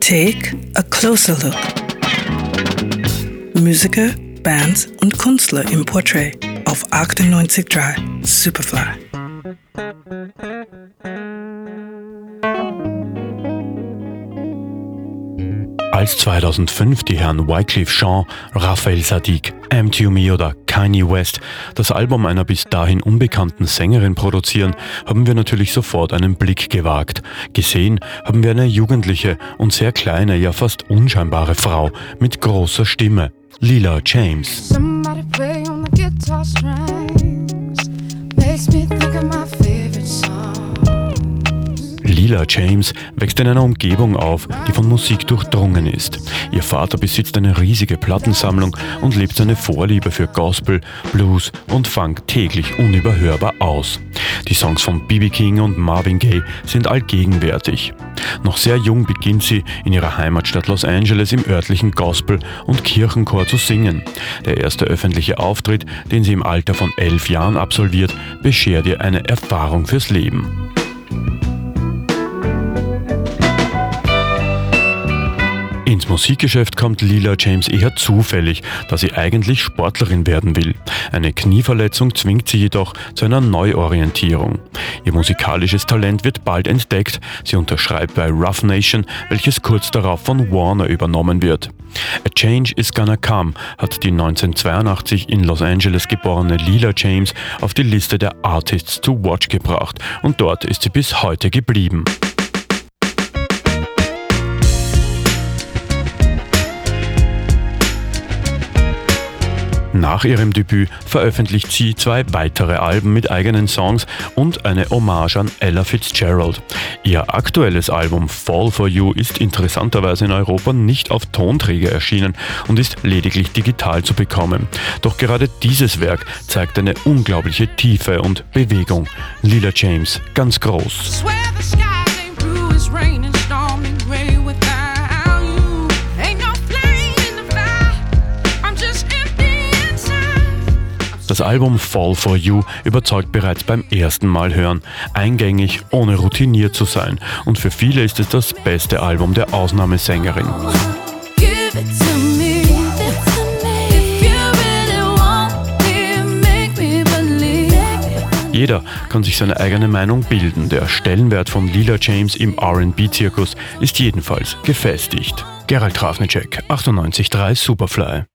Take a closer look. Musiker, Bands und Künstler im Portrait auf 98.3 Superfly. Als 2005 die Herren Wyclef Jean, Raphael Saadiq, M2Me oder Kanye West das Album einer bis dahin unbekannten Sängerin produzieren, haben wir natürlich sofort einen Blick gewagt. Gesehen haben wir eine jugendliche und sehr kleine, ja fast unscheinbare Frau mit großer Stimme, Lila James. Somebody play on the guitar strings, makes me think of my favorite song. Lila James wächst in einer Umgebung auf, die von Musik durchdrungen ist. Ihr Vater besitzt eine riesige Plattensammlung und lebt seine Vorliebe für Gospel, Blues und Funk täglich unüberhörbar aus. Die Songs von B.B. King und Marvin Gaye sind allgegenwärtig. Noch sehr jung beginnt sie, in ihrer Heimatstadt Los Angeles im örtlichen Gospel- und Kirchenchor zu singen. Der erste öffentliche Auftritt, den sie im Alter von 11 Jahren absolviert, beschert ihr eine Erfahrung fürs Leben. Ins Musikgeschäft kommt Lila James eher zufällig, da sie eigentlich Sportlerin werden will. Eine Knieverletzung zwingt sie jedoch zu einer Neuorientierung. Ihr musikalisches Talent wird bald entdeckt. Sie unterschreibt bei Rough Nation, welches kurz darauf von Warner übernommen wird. A Change is Gonna Come hat die 1982 in Los Angeles geborene Lila James auf die Liste der Artists to Watch gebracht und dort ist sie bis heute geblieben. Nach ihrem Debüt veröffentlicht sie 2 weitere Alben mit eigenen Songs und eine Hommage an Ella Fitzgerald. Ihr aktuelles Album Fall for You ist interessanterweise in Europa nicht auf Tonträger erschienen und ist lediglich digital zu bekommen. Doch gerade dieses Werk zeigt eine unglaubliche Tiefe und Bewegung. Lila James, ganz groß. Das Album Fall for You überzeugt bereits beim ersten Mal hören, eingängig, ohne routiniert zu sein. Und für viele ist es das beste Album der Ausnahmesängerin. Jeder kann sich seine eigene Meinung bilden. Der Stellenwert von Lila James im R&B-Zirkus ist jedenfalls gefestigt. Gerald Trafnicek, 98.3 Superfly.